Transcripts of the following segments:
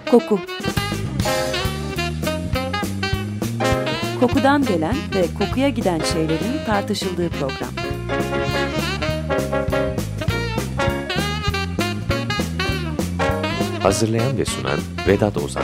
Koku. Kokudan gelen ve kokuya giden şeylerin tartışıldığı program. Hazırlayan ve sunan Vedat Ozan.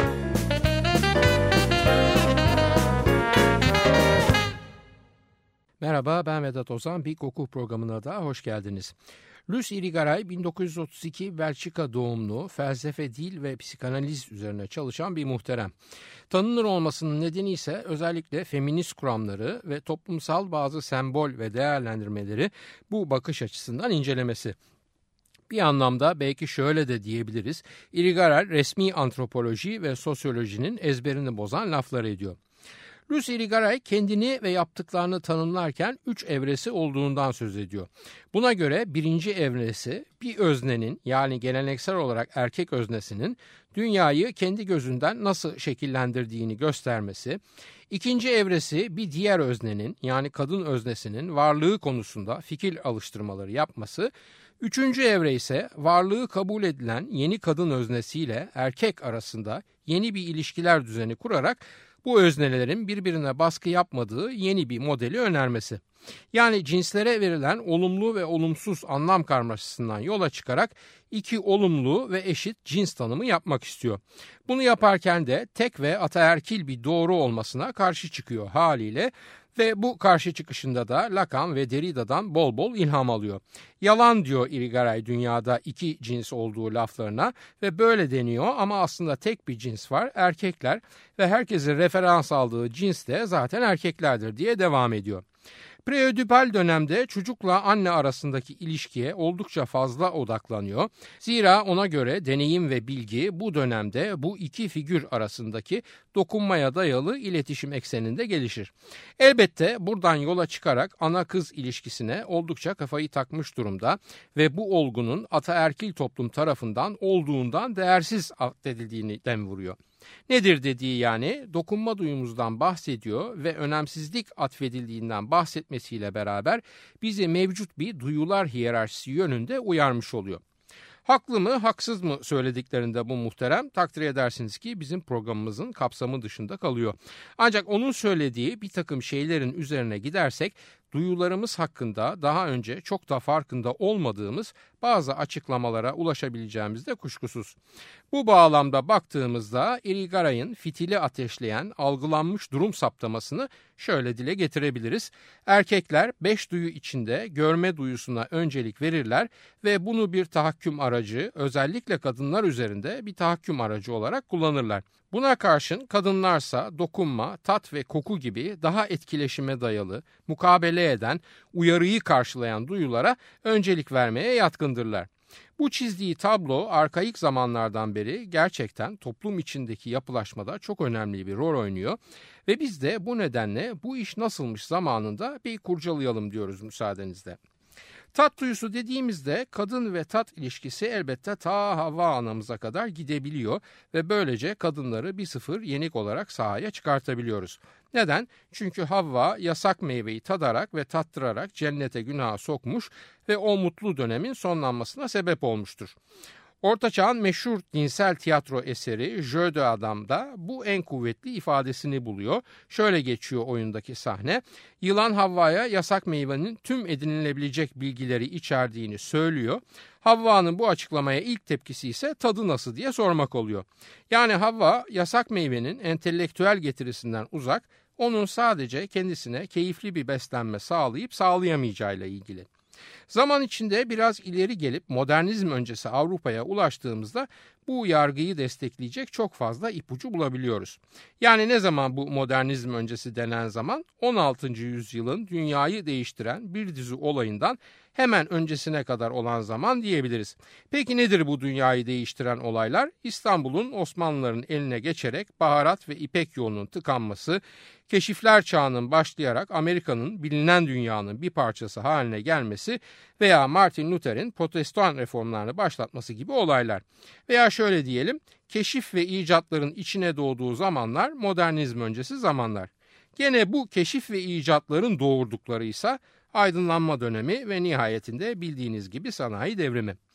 Merhaba, ben Vedat Ozan. Bir koku programına da hoş geldiniz. Luce Irigaray 1932 Belçika doğumlu, felsefe, dil ve psikanaliz üzerine çalışan bir muhterem. Tanınır olmasının nedeni ise özellikle feminist kuramları ve toplumsal bazı sembol ve değerlendirmeleri bu bakış açısından incelemesi. Bir anlamda belki şöyle de diyebiliriz, Irigaray resmi antropoloji ve sosyolojinin ezberini bozan laflar ediyor. Luce Irigaray kendini ve yaptıklarını tanımlarken 3 evresi olduğundan söz ediyor. Buna göre birinci evresi bir öznenin, yani geleneksel olarak erkek öznesinin dünyayı kendi gözünden nasıl şekillendirdiğini göstermesi. İkinci evresi bir diğer öznenin, yani kadın öznesinin varlığı konusunda fikir alıştırmaları yapması. Üçüncü evre ise varlığı kabul edilen yeni kadın öznesiyle erkek arasında yeni bir ilişkiler düzeni kurarak bu öznelerin birbirine baskı yapmadığı yeni bir modeli önermesi. Yani cinslere verilen olumlu ve olumsuz anlam karmaşasından yola çıkarak iki olumlu ve eşit cins tanımı yapmak istiyor. Bunu yaparken de tek ve ataerkil bir doğru olmasına karşı çıkıyor haliyle. Ve bu karşı çıkışında da Lacan ve Derrida'dan bol bol ilham alıyor. Yalan diyor Irigaray dünyada iki cins olduğu laflarına ve böyle deniyor ama aslında tek bir cins var, erkekler, ve herkesin referans aldığı cins de zaten erkeklerdir diye devam ediyor. Preödipal dönemde çocukla anne arasındaki ilişkiye oldukça fazla odaklanıyor. Zira ona göre deneyim ve bilgi bu dönemde bu iki figür arasındaki dokunmaya dayalı iletişim ekseninde gelişir. Elbette buradan yola çıkarak ana kız ilişkisine oldukça kafayı takmış durumda ve bu olgunun ataerkil toplum tarafından olduğundan değersiz addedildiğini dem vuruyor. Nedir dediği, yani dokunma duyumuzdan bahsediyor ve önemsizlik atfedildiğinden bahsetmesiyle beraber bizi mevcut bir duyular hiyerarşisi yönünde uyarmış oluyor. Haklı mı, haksız mı söylediklerinde bu muhterem, takdir edersiniz ki bizim programımızın kapsamı dışında kalıyor. Ancak onun söylediği bir takım şeylerin üzerine gidersek duyularımız hakkında daha önce çok da farkında olmadığımız bazı açıklamalara ulaşabileceğimiz de kuşkusuz. Bu bağlamda baktığımızda Irigaray'ın fitili ateşleyen algılanmış durum saptamasını şöyle dile getirebiliriz. Erkekler 5 duyu içinde görme duyusuna öncelik verirler ve bunu bir tahakküm aracı, özellikle kadınlar üzerinde bir tahakküm aracı olarak kullanırlar. Buna karşın kadınlarsa dokunma, tat ve koku gibi daha etkileşime dayalı, mukabele eden, uyarıyı karşılayan duyulara öncelik vermeye yatkındırlar. Bu çizdiği tablo arkaik zamanlardan beri gerçekten toplum içindeki yapılaşmada çok önemli bir rol oynuyor ve biz de bu nedenle bu iş nasılmış zamanında bir kurcalayalım diyoruz müsaadenizle. Tat duyusu dediğimizde kadın ve tat ilişkisi elbette ta Havva anamıza kadar gidebiliyor ve böylece kadınları 1-0 yenik olarak sahaya çıkartabiliyoruz. Neden? Çünkü Havva yasak meyveyi tadarak ve tattırarak cennete günaha sokmuş ve o mutlu dönemin sonlanmasına sebep olmuştur. Orta Çağ'ın meşhur dinsel tiyatro eseri Jeu de Adam'da bu en kuvvetli ifadesini buluyor. Şöyle geçiyor oyundaki sahne. Yılan Havva'ya yasak meyvenin tüm edinilebilecek bilgileri içerdiğini söylüyor. Havva'nın bu açıklamaya ilk tepkisi ise tadı nasıl diye sormak oluyor. Yani Havva yasak meyvenin entelektüel getirisinden uzak, onun sadece kendisine keyifli bir beslenme sağlayıp sağlayamayacağıyla ilgili. Zaman içinde biraz ileri gelip modernizm öncesi Avrupa'ya ulaştığımızda bu yargıyı destekleyecek çok fazla ipucu bulabiliyoruz. Yani ne zaman bu modernizm öncesi denen zaman 16. yüzyılın dünyayı değiştiren bir dizi olayından hemen öncesine kadar olan zaman diyebiliriz. Peki nedir bu dünyayı değiştiren olaylar? İstanbul'un Osmanlıların eline geçerek baharat ve ipek yolunun tıkanması, keşifler çağının başlayarak Amerika'nın bilinen dünyanın bir parçası haline gelmesi veya Martin Luther'in protestan reformlarını başlatması gibi olaylar. Veya şöyle diyelim, keşif ve icatların içine doğduğu zamanlar modernizm öncesi zamanlar. Gene bu keşif ve icatların doğurdukları ise aydınlanma dönemi ve nihayetinde bildiğiniz gibi sanayi devrimi.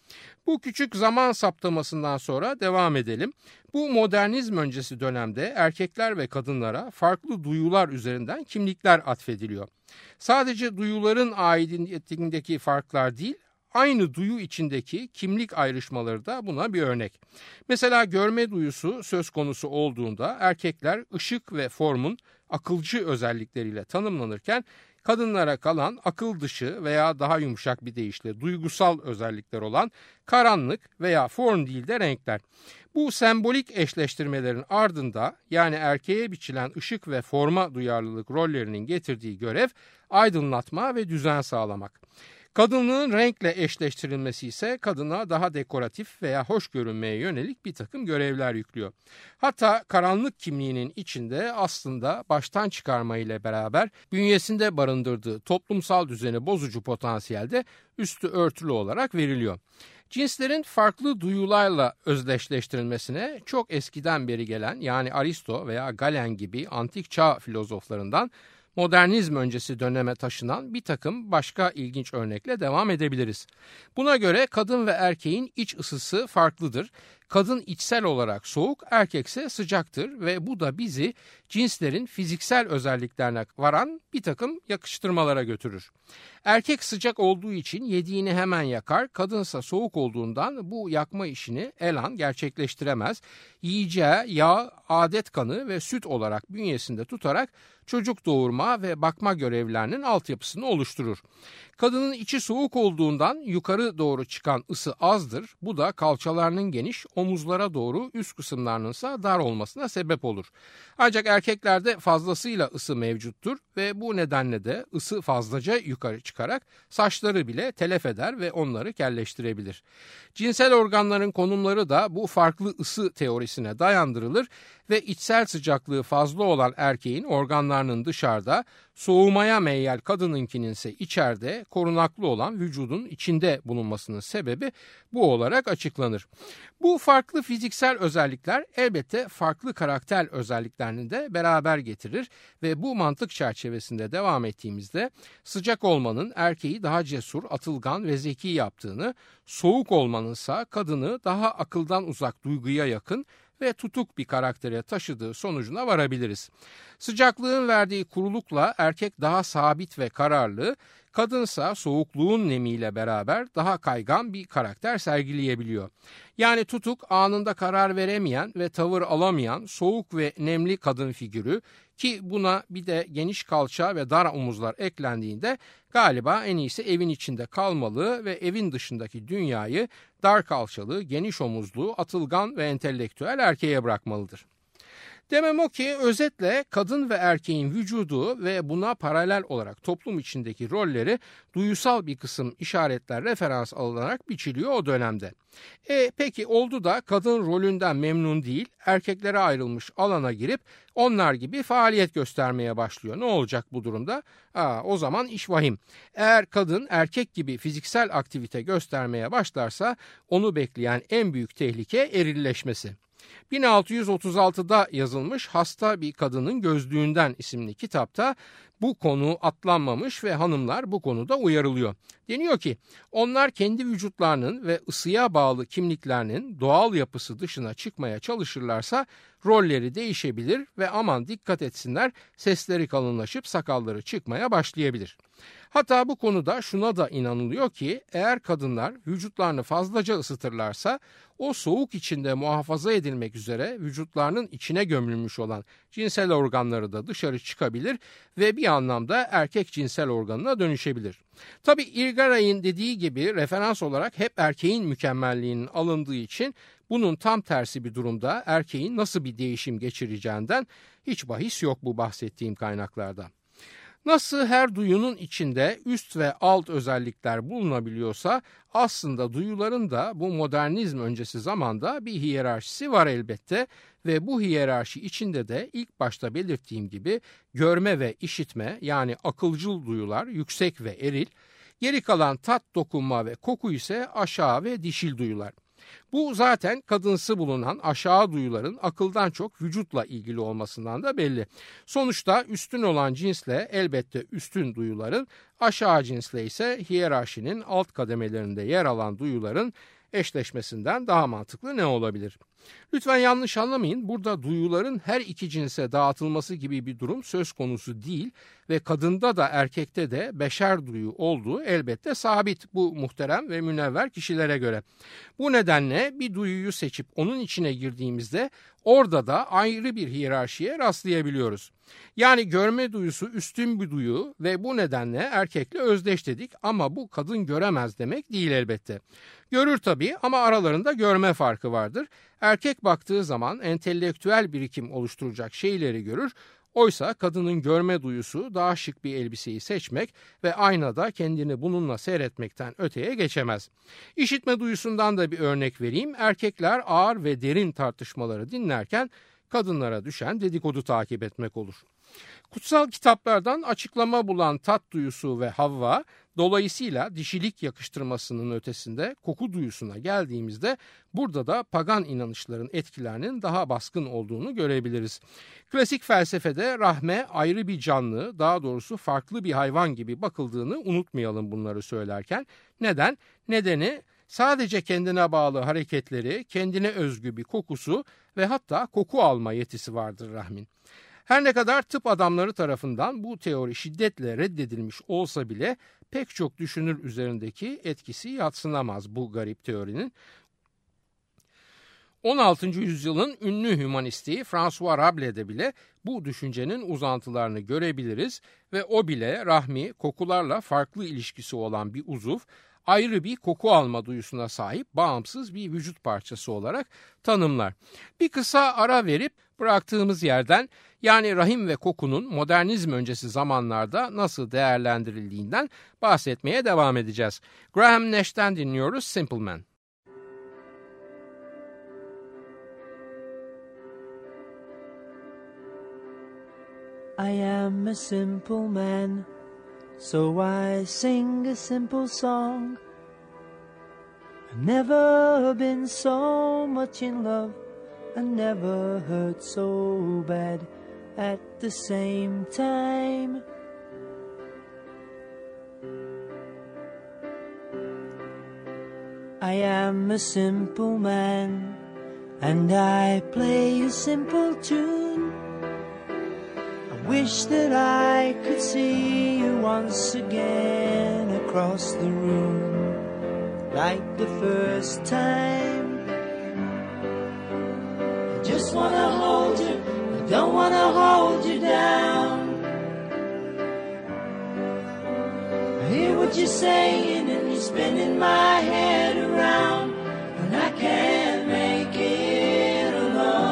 Bu küçük zaman saptamasından sonra devam edelim. Bu modernizm öncesi dönemde erkekler ve kadınlara farklı duyular üzerinden kimlikler atfediliyor. Sadece duyuların aidiyetindeki farklar değil, aynı duyu içindeki kimlik ayrışmaları da buna bir örnek. Mesela görme duyusu söz konusu olduğunda erkekler ışık ve formun akılcı özellikleriyle tanımlanırken kadınlara kalan akıl dışı veya daha yumuşak bir deyişle duygusal özellikler olan karanlık veya form değil de renkler. Bu sembolik eşleştirmelerin ardında yani erkeğe biçilen ışık ve forma duyarlılık rollerinin getirdiği görev aydınlatma ve düzen sağlamak. Kadınlığın renkle eşleştirilmesi ise kadına daha dekoratif veya hoş görünmeye yönelik bir takım görevler yüklüyor. Hatta karanlık kimliğinin içinde aslında baştan çıkarma ile beraber bünyesinde barındırdığı toplumsal düzeni bozucu potansiyel de üstü örtülü olarak veriliyor. Cinslerin farklı duyularla özdeşleştirilmesine çok eskiden beri gelen yani Aristo veya Galen gibi antik çağ filozoflarından modernizm öncesi döneme taşınan bir takım başka ilginç örnekle devam edebiliriz. Buna göre kadın ve erkeğin iç ısısı farklıdır. Kadın içsel olarak soğuk, erkekse sıcaktır ve bu da bizi cinslerin fiziksel özelliklerine varan bir takım yakıştırmalara götürür. Erkek sıcak olduğu için yediğini hemen yakar, kadınsa soğuk olduğundan bu yakma işini elan gerçekleştiremez. Yiyeceği yağ, adet kanı ve süt olarak bünyesinde tutarak çocuk doğurma ve bakma görevlerinin altyapısını oluşturur. Kadının içi soğuk olduğundan yukarı doğru çıkan ısı azdır. Bu da kalçalarının geniş, omuzlara doğru üst kısımlarının ise dar olmasına sebep olur. Ancak erkeklerde fazlasıyla ısı mevcuttur ve bu nedenle de ısı fazlaca yukarı çıkarak saçları bile telef eder ve onları kelleştirebilir. Cinsel organların konumları da bu farklı ısı teorisine dayandırılır ve içsel sıcaklığı fazla olan erkeğin organlarının dışarıda, soğumaya meyyal kadınınkinin ise içeride korunaklı olan vücudun içinde bulunmasının sebebi bu olarak açıklanır. Bu farklı fiziksel özellikler elbette farklı karakter özelliklerini de beraber getirir ve bu mantık çerçevesinde devam ettiğimizde sıcak olmanın erkeği daha cesur, atılgan ve zeki yaptığını, soğuk olmanınsa kadını daha akıldan uzak duyguya yakın ve tutuk bir karaktere taşıdığı sonucuna varabiliriz. Sıcaklığın verdiği kurulukla erkek daha sabit ve kararlı, kadınsa soğukluğun nemiyle beraber daha kaygan bir karakter sergileyebiliyor. Yani tutuk, anında karar veremeyen ve tavır alamayan soğuk ve nemli kadın figürü ki buna bir de geniş kalça ve dar omuzlar eklendiğinde galiba en iyisi evin içinde kalmalı ve evin dışındaki dünyayı dar kalçalı, geniş omuzlu, atılgan ve entelektüel erkeğe bırakmalıdır. Demem o ki özetle kadın ve erkeğin vücudu ve buna paralel olarak toplum içindeki rolleri duyusal bir kısım işaretler referans alınarak biçiliyor o dönemde. Peki oldu da kadın rolünden memnun değil, erkeklere ayrılmış alana girip onlar gibi faaliyet göstermeye başlıyor. Ne olacak bu durumda? O zaman iş vahim. Eğer kadın erkek gibi fiziksel aktivite göstermeye başlarsa onu bekleyen en büyük tehlike erilleşmesi. 1636'da yazılmış Hasta Bir Kadının Gözlüğünden isimli kitapta bu konu atlanmamış ve hanımlar bu konuda uyarılıyor. Deniyor ki onlar kendi vücutlarının ve ısıya bağlı kimliklerinin doğal yapısı dışına çıkmaya çalışırlarsa rolleri değişebilir ve aman dikkat etsinler sesleri kalınlaşıp sakalları çıkmaya başlayabilir. Hatta bu konuda şuna da inanılıyor ki eğer kadınlar vücutlarını fazlaca ısıtırlarsa o soğuk içinde muhafaza edilmek üzere vücutlarının içine gömülmüş olan cinsel organları da dışarı çıkabilir ve bir anlamda erkek cinsel organına dönüşebilir. Tabi Irigaray'ın dediği gibi referans olarak hep erkeğin mükemmelliğinin alındığı için bunun tam tersi bir durumda erkeğin nasıl bir değişim geçireceğinden hiç bahis yok bu bahsettiğim kaynaklarda. Nasıl her duyunun içinde üst ve alt özellikler bulunabiliyorsa aslında duyuların da bu modernizm öncesi zamanda bir hiyerarşisi var elbette ve bu hiyerarşi içinde de ilk başta belirttiğim gibi görme ve işitme yani akılcıl duyular yüksek ve eril, geri kalan tat, dokunma ve koku ise aşağı ve dişil duyular. Bu zaten kadınsı bulunan aşağı duyuların akıldan çok vücutla ilgili olmasından da belli. Sonuçta üstün olan cinsle elbette üstün duyuların, aşağı cinsle ise hiyerarşinin alt kademelerinde yer alan duyuların Eşleşmesinden daha mantıklı ne olabilir? Lütfen yanlış anlamayın. Burada duyuların her iki cinse dağıtılması gibi bir durum söz konusu değil ve kadında da erkekte de beşer duyu olduğu elbette sabit bu muhterem ve münevver kişilere göre. Bu nedenle bir duyuyu seçip onun içine girdiğimizde orada da ayrı bir hiyerarşiye rastlayabiliyoruz. Yani görme duyusu üstün bir duyu ve bu nedenle erkekle özdeş dedik ama bu kadın göremez demek değil elbette. Görür tabii ama aralarında görme farkı vardır. Erkek baktığı zaman entelektüel birikim oluşturacak şeyleri görür. Oysa kadının görme duyusu daha şık bir elbiseyi seçmek ve aynada kendini bununla seyretmekten öteye geçemez. İşitme duyusundan da bir örnek vereyim. Erkekler ağır ve derin tartışmaları dinlerken kadınlara düşen dedikodu takip etmek olur. Kutsal kitaplardan açıklama bulan tat duyusu ve Havva, dolayısıyla dişilik yakıştırmasının ötesinde koku duyusuna geldiğimizde burada da pagan inanışların etkilerinin daha baskın olduğunu görebiliriz. Klasik felsefede rahme ayrı bir canlı, daha doğrusu farklı bir hayvan gibi bakıldığını unutmayalım bunları söylerken. Neden? Nedeni sadece kendine bağlı hareketleri, kendine özgü bir kokusu ve hatta koku alma yetisi vardır rahmin. Her ne kadar tıp adamları tarafından bu teori şiddetle reddedilmiş olsa bile pek çok düşünür üzerindeki etkisi yadsınamaz bu garip teorinin. 16. yüzyılın ünlü hümanisti François Rabelaise'de bile bu düşüncenin uzantılarını görebiliriz ve o bile rahmi kokularla farklı ilişkisi olan bir uzuv, ayrı bir koku alma duyusuna sahip bağımsız bir vücut parçası olarak tanımlar. Bir kısa ara verip bıraktığımız yerden yani rahim ve kokunun modernizm öncesi zamanlarda nasıl değerlendirildiğinden bahsetmeye devam edeceğiz. Graham Nash'ten dinliyoruz Simple Man. I am a simple man, so I sing a simple song. I've never been so much in love, I never hurt so bad at the same time. I am a simple man, and I play a simple tune. I wish that I could see you once again across the room, like the first time. I just wanna hold you, I don't wanna hold you down. I hear what you're saying and you're spinning my head around, and I can't make it alone.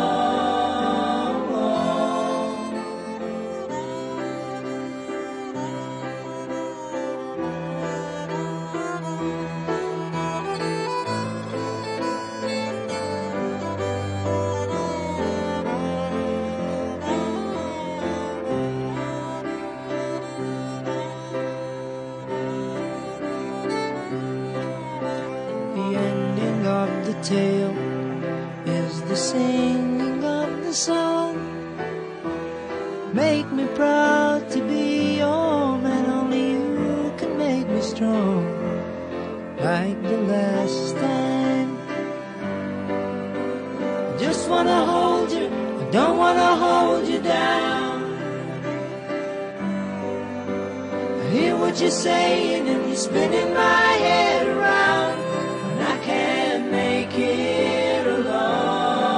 Tale is the singing of the song. Make me proud to be your man, only you can make me strong, like the last time. I just wanna hold you, I don't wanna hold you down. I hear what you're saying and you're spinning my head around, and I can't make it alone.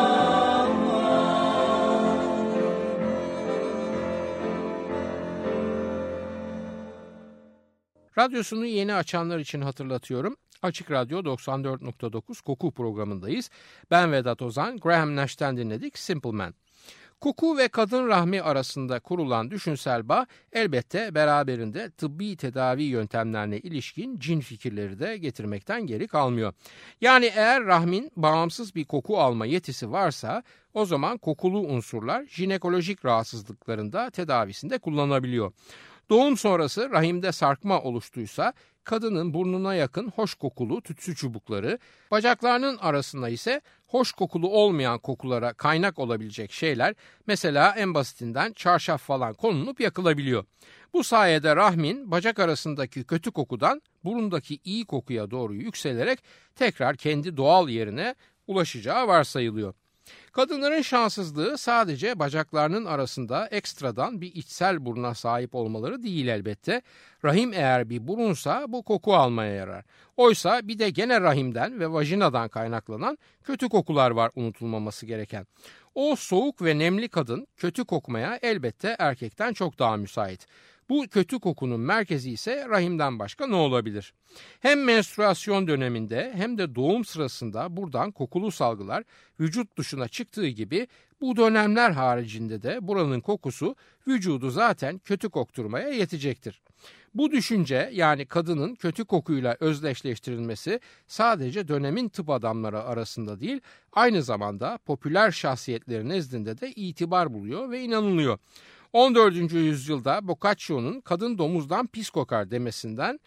Radyosunu yeni açanlar için hatırlatıyorum. Açık Radyo 94.9 Koku programındayız. Ben Vedat Ozan, Graham Nash'ten dinledik Simple Man. Koku ve kadın rahmi arasında kurulan düşünsel bağ elbette beraberinde tıbbi tedavi yöntemlerine ilişkin cin fikirleri de getirmekten geri kalmıyor. Yani eğer rahmin bağımsız bir koku alma yetisi varsa o zaman kokulu unsurlar jinekolojik rahatsızlıklarında tedavisinde kullanılabiliyor. Doğum sonrası rahimde sarkma oluştuysa kadının burnuna yakın hoş kokulu tütsü çubukları, bacaklarının arasında ise hoş kokulu olmayan kokulara kaynak olabilecek şeyler, mesela en basitinden çarşaf falan konulup yakılabiliyor. Bu sayede rahmin bacak arasındaki kötü kokudan burundaki iyi kokuya doğru yükselerek tekrar kendi doğal yerine ulaşacağı varsayılıyor. Kadınların şanssızlığı sadece bacaklarının arasında ekstradan bir içsel buruna sahip olmaları değil elbette. Rahim eğer bir burunsa bu koku almaya yarar. Oysa bir de gene rahimden ve vajinadan kaynaklanan kötü kokular var unutulmaması gereken. O soğuk ve nemli kadın kötü kokmaya elbette erkekten çok daha müsait. Bu kötü kokunun merkezi ise rahimden başka ne olabilir? Hem menstruasyon döneminde hem de doğum sırasında buradan kokulu salgılar vücut dışına çıktığı gibi bu dönemler haricinde de buranın kokusu vücudu zaten kötü kokturmaya yetecektir. Bu düşünce, yani kadının kötü kokuyla özdeşleştirilmesi sadece dönemin tıp adamları arasında değil, aynı zamanda popüler şahsiyetlerin nezdinde de itibar buluyor ve inanılıyor. 14. yüzyılda Boccaccio'nun kadın domuzdan pis kokar demesinden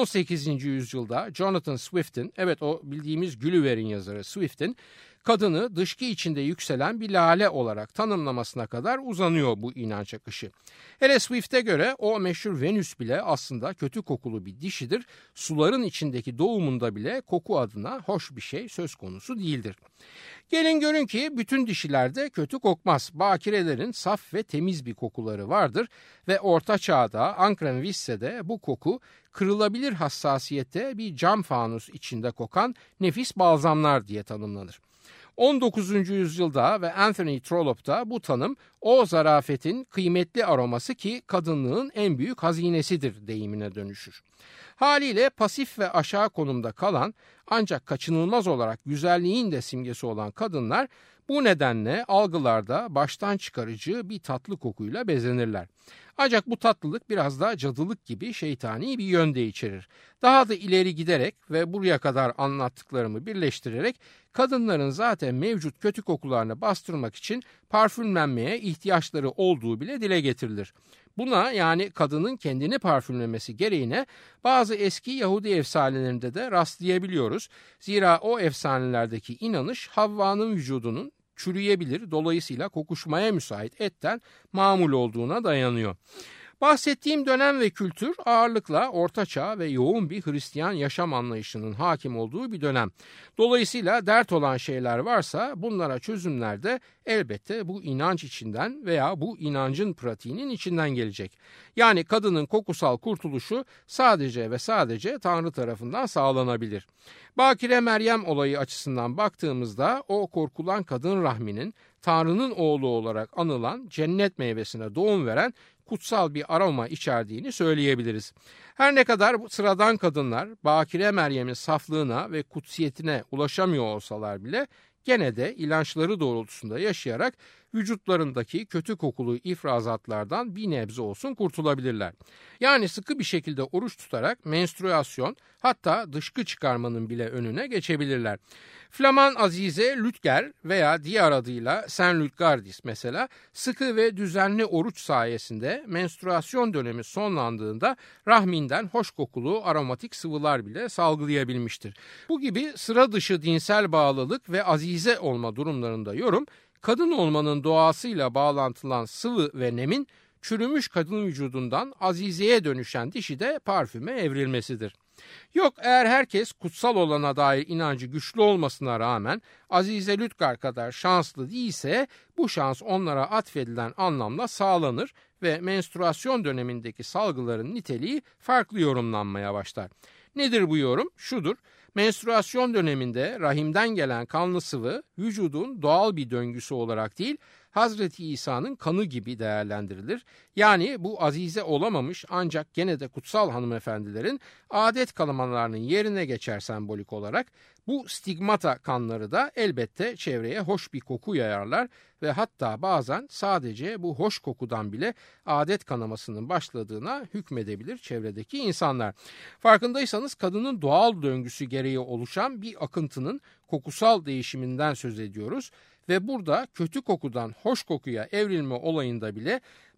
18. yüzyılda Jonathan Swift'in, evet o bildiğimiz Gulliver'in yazarı Swift'in kadını dışkı içinde yükselen bir lale olarak tanımlamasına kadar uzanıyor bu inanç akışı. Hele Swift'e göre o meşhur Venüs bile aslında kötü kokulu bir dişidir. Suların içindeki doğumunda bile koku adına hoş bir şey söz konusu değildir. Gelin görün ki bütün dişilerde kötü kokmaz. Bakirelerin saf ve temiz bir kokuları vardır ve Orta Çağ'da Ankara ve Visse'de bu koku kırılabilir hassasiyette bir cam fanus içinde kokan nefis balzamlar diye tanımlanır. 19. yüzyılda ve Anthony Trollope'da bu tanım o zarafetin kıymetli aroması ki kadınlığın en büyük hazinesidir deyimine dönüşür. Haliyle pasif ve aşağı konumda kalan ancak kaçınılmaz olarak güzelliğin de simgesi olan kadınlar bu nedenle algılarda baştan çıkarıcı bir tatlı kokuyla bezenirler. Ancak bu tatlılık biraz da cadılık gibi şeytani bir yön de içerir. Daha da ileri giderek ve buraya kadar anlattıklarımı birleştirerek kadınların zaten mevcut kötü kokularını bastırmak için parfümlenmeye ihtiyaçları olduğu bile dile getirilir. Buna, yani kadının kendini parfümlemesi gereğine bazı eski Yahudi efsanelerinde de rastlayabiliyoruz. Zira o efsanelerdeki inanış Havva'nın vücudunun çürüyebilir, dolayısıyla kokuşmaya müsait etten mamul olduğuna dayanıyor. Bahsettiğim dönem ve kültür ağırlıkla Orta Çağ ve yoğun bir Hristiyan yaşam anlayışının hakim olduğu bir dönem. Dolayısıyla dert olan şeyler varsa bunlara çözümler de elbette bu inanç içinden veya bu inancın pratiğinin içinden gelecek. Yani kadının kokusal kurtuluşu sadece ve sadece Tanrı tarafından sağlanabilir. Bakire Meryem olayı açısından baktığımızda o korkulan kadın rahminin Tanrı'nın oğlu olarak anılan cennet meyvesine doğum veren kutsal bir aroma içerdiğini söyleyebiliriz. Her ne kadar sıradan kadınlar Bakire Meryem'in saflığına ve kutsiyetine ulaşamıyor olsalar bile gene de inançları doğrultusunda yaşayarak vücutlarındaki kötü kokulu ifrazatlardan bir nebze olsun kurtulabilirler. Yani sıkı bir şekilde oruç tutarak menstrüasyon, hatta dışkı çıkarmanın bile önüne geçebilirler. Flaman Azize Lütger veya diğer adıyla Saint Lutgardis mesela sıkı ve düzenli oruç sayesinde menstrüasyon dönemi sonlandığında rahminden hoş kokulu aromatik sıvılar bile salgılayabilmiştir. Bu gibi sıra dışı dinsel bağlılık ve azize olma durumlarında yorum, kadın olmanın doğasıyla bağlantılan sıvı ve nemin çürümüş kadın vücudundan azizeye dönüşen dişide parfüme evrilmesidir. Yok, eğer herkes kutsal olana dair inancı güçlü olmasına rağmen Azize Lütgar kadar şanslı değilse bu şans onlara atfedilen anlamla sağlanır ve menstrüasyon dönemindeki salgıların niteliği farklı yorumlanmaya başlar. Nedir bu yorum? Şudur: menstrüasyon döneminde rahimden gelen kanlı sıvı vücudun doğal bir döngüsü olarak değil, Hazreti İsa'nın kanı gibi değerlendirilir. Yani bu azize olamamış ancak gene de kutsal hanımefendilerin adet kalamalarının yerine geçer sembolik olarak. Bu stigmata kanları da elbette çevreye hoş bir koku yayarlar ve hatta bazen sadece bu hoş kokudan bile adet kanamasının başladığına hükmedebilir çevredeki insanlar. Farkındaysanız kadının doğal döngüsü gereği oluşan bir akıntının kokusal değişiminden söz ediyoruz. Ve burada kötü kokudan hoş kokuya evrilme olayında bile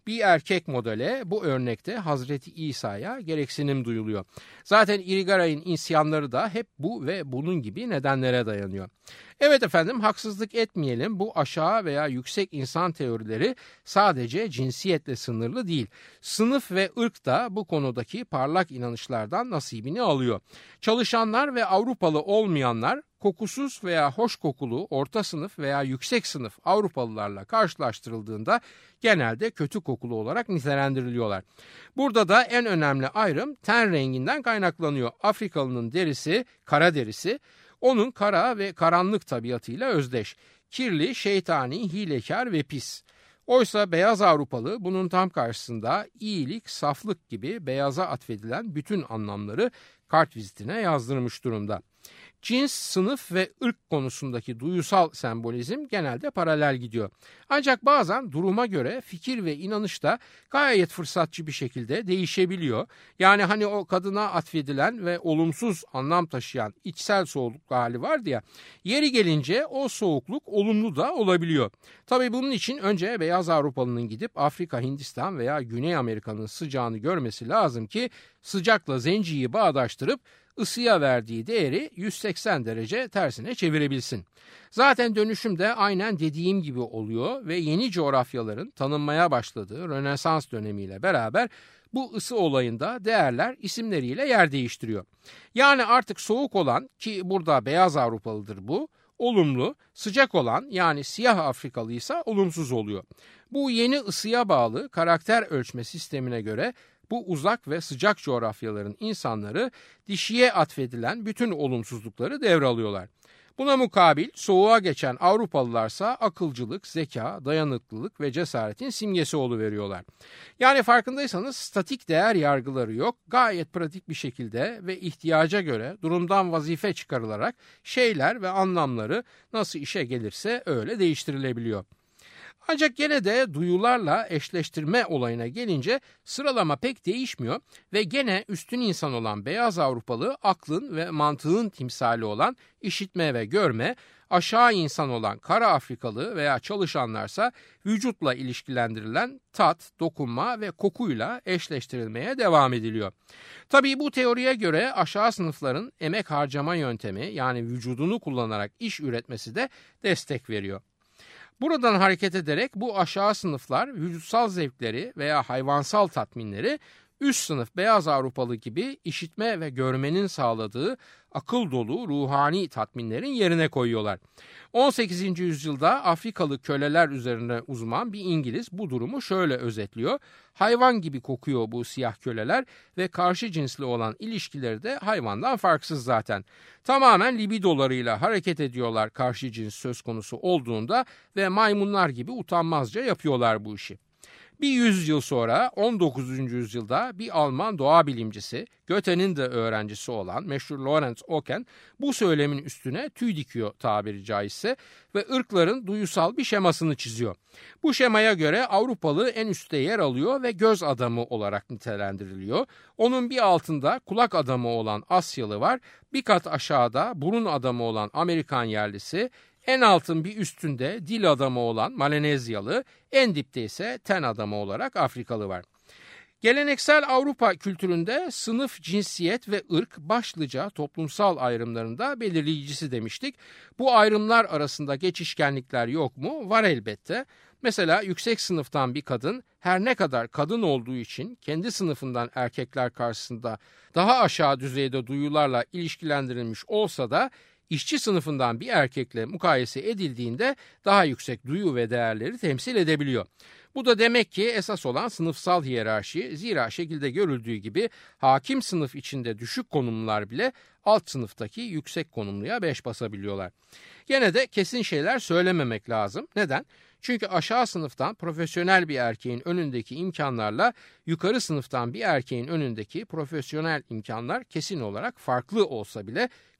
Bir erkek modele bu örnekte Hazreti İsa'ya gereksinim duyuluyor. Zaten Irigaray'ın isyanları da hep bu ve bunun gibi nedenlere dayanıyor. Evet efendim, haksızlık etmeyelim, bu aşağı veya yüksek insan teorileri sadece cinsiyetle sınırlı değil. Sınıf ve ırk da bu konudaki parlak inanışlardan nasibini alıyor. Çalışanlar ve Avrupalı olmayanlar kokusuz veya hoş kokulu orta sınıf veya yüksek sınıf Avrupalılarla karşılaştırıldığında genelde kötü kokulu olarak nitelendiriliyorlar. Burada da en önemli ayrım ten renginden kaynaklanıyor. Afrikalının derisi, kara derisi, onun kara ve karanlık tabiatıyla özdeş. Kirli, şeytani, hilekar ve pis. Oysa beyaz Avrupalı bunun tam karşısında iyilik, saflık gibi beyaza atfedilen bütün anlamları kartvizitine yazdırmış durumda. Cins, sınıf ve ırk konusundaki duyusal sembolizm genelde paralel gidiyor. Ancak bazen duruma göre fikir ve inanış da gayet fırsatçı bir şekilde değişebiliyor. Yani hani o kadına atfedilen ve olumsuz anlam taşıyan içsel soğukluk hali vardı ya, yeri gelince o soğukluk olumlu da olabiliyor. Tabii bunun için önce beyaz Avrupalının gidip Afrika, Hindistan veya Güney Amerika'nın sıcağını görmesi lazım ki sıcakla zenciyi bağdaştırıp ısıya verdiği değeri 180 derece tersine çevirebilsin. Zaten dönüşüm de aynen dediğim gibi oluyor ve yeni coğrafyaların tanınmaya başladığı Rönesans dönemiyle beraber bu ısı olayında değerler isimleriyle yer değiştiriyor. Yani artık soğuk olan, ki burada beyaz Avrupalıdır bu, olumlu, sıcak olan yani siyah Afrikalıysa olumsuz oluyor. Bu yeni ısıya bağlı karakter ölçme sistemine göre bu uzak ve sıcak coğrafyaların insanları dişiye atfedilen bütün olumsuzlukları devralıyorlar. Buna mukabil soğuğa geçen Avrupalılarsa akılcılık, zeka, dayanıklılık ve cesaretin simgesi oluveriyorlar. Yani farkındaysanız statik değer yargıları yok, gayet pratik bir şekilde ve ihtiyaca göre durumdan vazife çıkarılarak şeyler ve anlamları nasıl işe gelirse öyle değiştirilebiliyor. Ancak gene de duyularla eşleştirme olayına gelince sıralama pek değişmiyor ve gene üstün insan olan beyaz Avrupalı aklın ve mantığın timsali olan işitme ve görme, aşağı insan olan kara Afrikalı veya çalışanlarsa vücutla ilişkilendirilen tat, dokunma ve kokuyla eşleştirilmeye devam ediliyor. Tabii bu teoriye göre aşağı sınıfların emek harcama yöntemi, yani vücudunu kullanarak iş üretmesi de destek veriyor. Buradan hareket ederek bu aşağı sınıflar vücutsal zevkleri veya hayvansal tatminleri üst sınıf beyaz Avrupalı gibi işitme ve görmenin sağladığı akıl dolu ruhani tatminlerin yerine koyuyorlar. 18. yüzyılda Afrikalı köleler üzerine uzman bir İngiliz bu durumu şöyle özetliyor. Hayvan gibi kokuyor bu siyah köleler ve karşı cinsli olan ilişkileri de hayvandan farksız zaten. Tamamen libidolarıyla hareket ediyorlar karşı cins söz konusu olduğunda ve maymunlar gibi utanmazca yapıyorlar bu işi. Bir yüzyıl sonra 19. yüzyılda bir Alman doğa bilimcisi, Goethe'nin de öğrencisi olan meşhur Lorenz Oken bu söylemin üstüne tüy dikiyor tabiri caizse ve ırkların duyusal bir şemasını çiziyor. Bu şemaya göre Avrupalı en üstte yer alıyor ve göz adamı olarak nitelendiriliyor. Onun bir altında kulak adamı olan Asyalı var, bir kat aşağıda burun adamı olan Amerikan yerlisi, en altın bir üstünde dil adamı olan Malenezyalı, en dipte ise ten adamı olarak Afrikalı var. Geleneksel Avrupa kültüründe sınıf, cinsiyet ve ırk başlıca toplumsal ayrımlarında belirleyicisi demiştik. Bu ayrımlar arasında geçişkenlikler yok mu? Var elbette. Mesela yüksek sınıftan bir kadın her ne kadar kadın olduğu için kendi sınıfından erkekler karşısında daha aşağı düzeyde duyularla ilişkilendirilmiş olsa da İşçi sınıfından bir erkekle mukayese edildiğinde daha yüksek duyu ve değerleri temsil edebiliyor. Bu da demek ki esas olan sınıfsal hiyerarşi, zira şekilde görüldüğü gibi hakim sınıf içinde düşük konumlular bile alt sınıftaki yüksek konumluya beş basabiliyorlar. Gene de kesin şeyler söylememek lazım. Neden? Çünkü aşağı sınıftan profesyonel bir erkeğin önündeki imkanlarla yukarı sınıftan bir erkeğin önündeki profesyonel imkanlar kesin olarak farklı olsa bile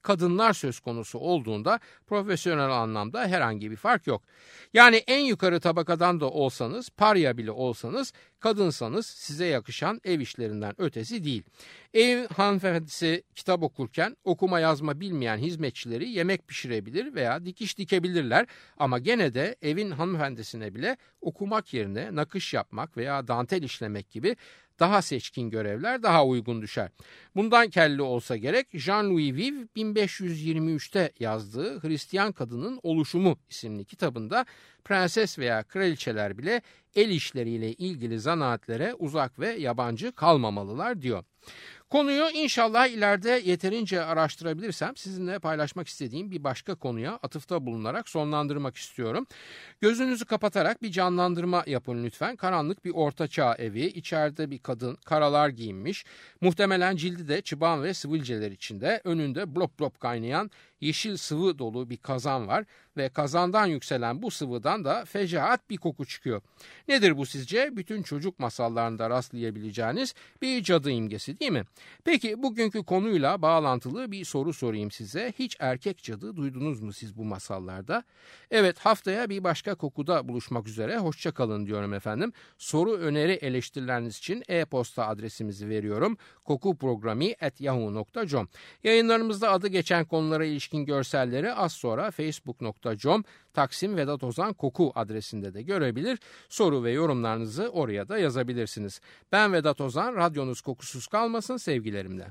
kadınlar söz konusu olduğunda profesyonel anlamda herhangi bir fark yok. Yani en yukarı tabakadan da olsanız, parya bile olsanız, kadınsanız size yakışan ev işlerinden ötesi değil. Ev hanımefendisi kitap okurken okuma yazma bilmeyen hizmetçileri yemek pişirebilir veya dikiş dikebilirler ama gene de evin hanımefendisine bile okumak yerine nakış yapmak veya dantel işlemek gibi daha seçkin görevler daha uygun düşer. Bundan kelli olsa gerek Jean-Louis Vive 1523'te yazdığı Hristiyan Kadının Oluşumu isimli kitabında prenses veya kraliçeler bile el işleriyle ilgili zanaatlere uzak ve yabancı kalmamalılar diyor. Konuyu inşallah ileride yeterince araştırabilirsem sizinle paylaşmak istediğim bir başka konuya atıfta bulunarak sonlandırmak istiyorum. Gözünüzü kapatarak bir canlandırma yapın lütfen. Karanlık bir ortaçağ evi, içeride bir kadın karalar giyinmiş, muhtemelen cildi de çıban ve sivilceler içinde, önünde blop blop kaynayan yeşil sıvı dolu bir kazan var ve kazandan yükselen bu sıvıdan da fecaat bir koku çıkıyor. Nedir bu sizce? Bütün çocuk masallarında rastlayabileceğiniz bir cadı imgesi değil mi? Peki bugünkü konuyla bağlantılı bir soru sorayım size. Hiç erkek cadı duydunuz mu siz bu masallarda? Evet, haftaya bir başka kokuda buluşmak üzere. Hoşça kalın diyorum efendim. Soru, öneri, eleştirileriniz için e-posta adresimizi veriyorum. kokuprogrami@yahoo.com. Yayınlarımızda adı geçen konulara ilişkin görselleri az sonra facebook.com/Vedat Ozan Koku adresinde de görebilir. Soru ve yorumlarınızı oraya da yazabilirsiniz. Ben Vedat Ozan, radyonuz kokusuz kalmasın sevgilerimle.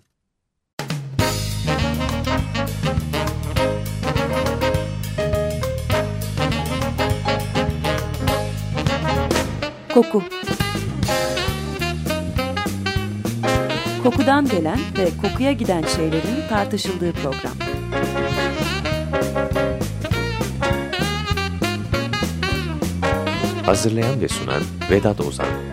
Koku. Kokudan gelen ve kokuya giden şeylerin tartışıldığı program. Hazırlayan ve sunan Vedat Ozan.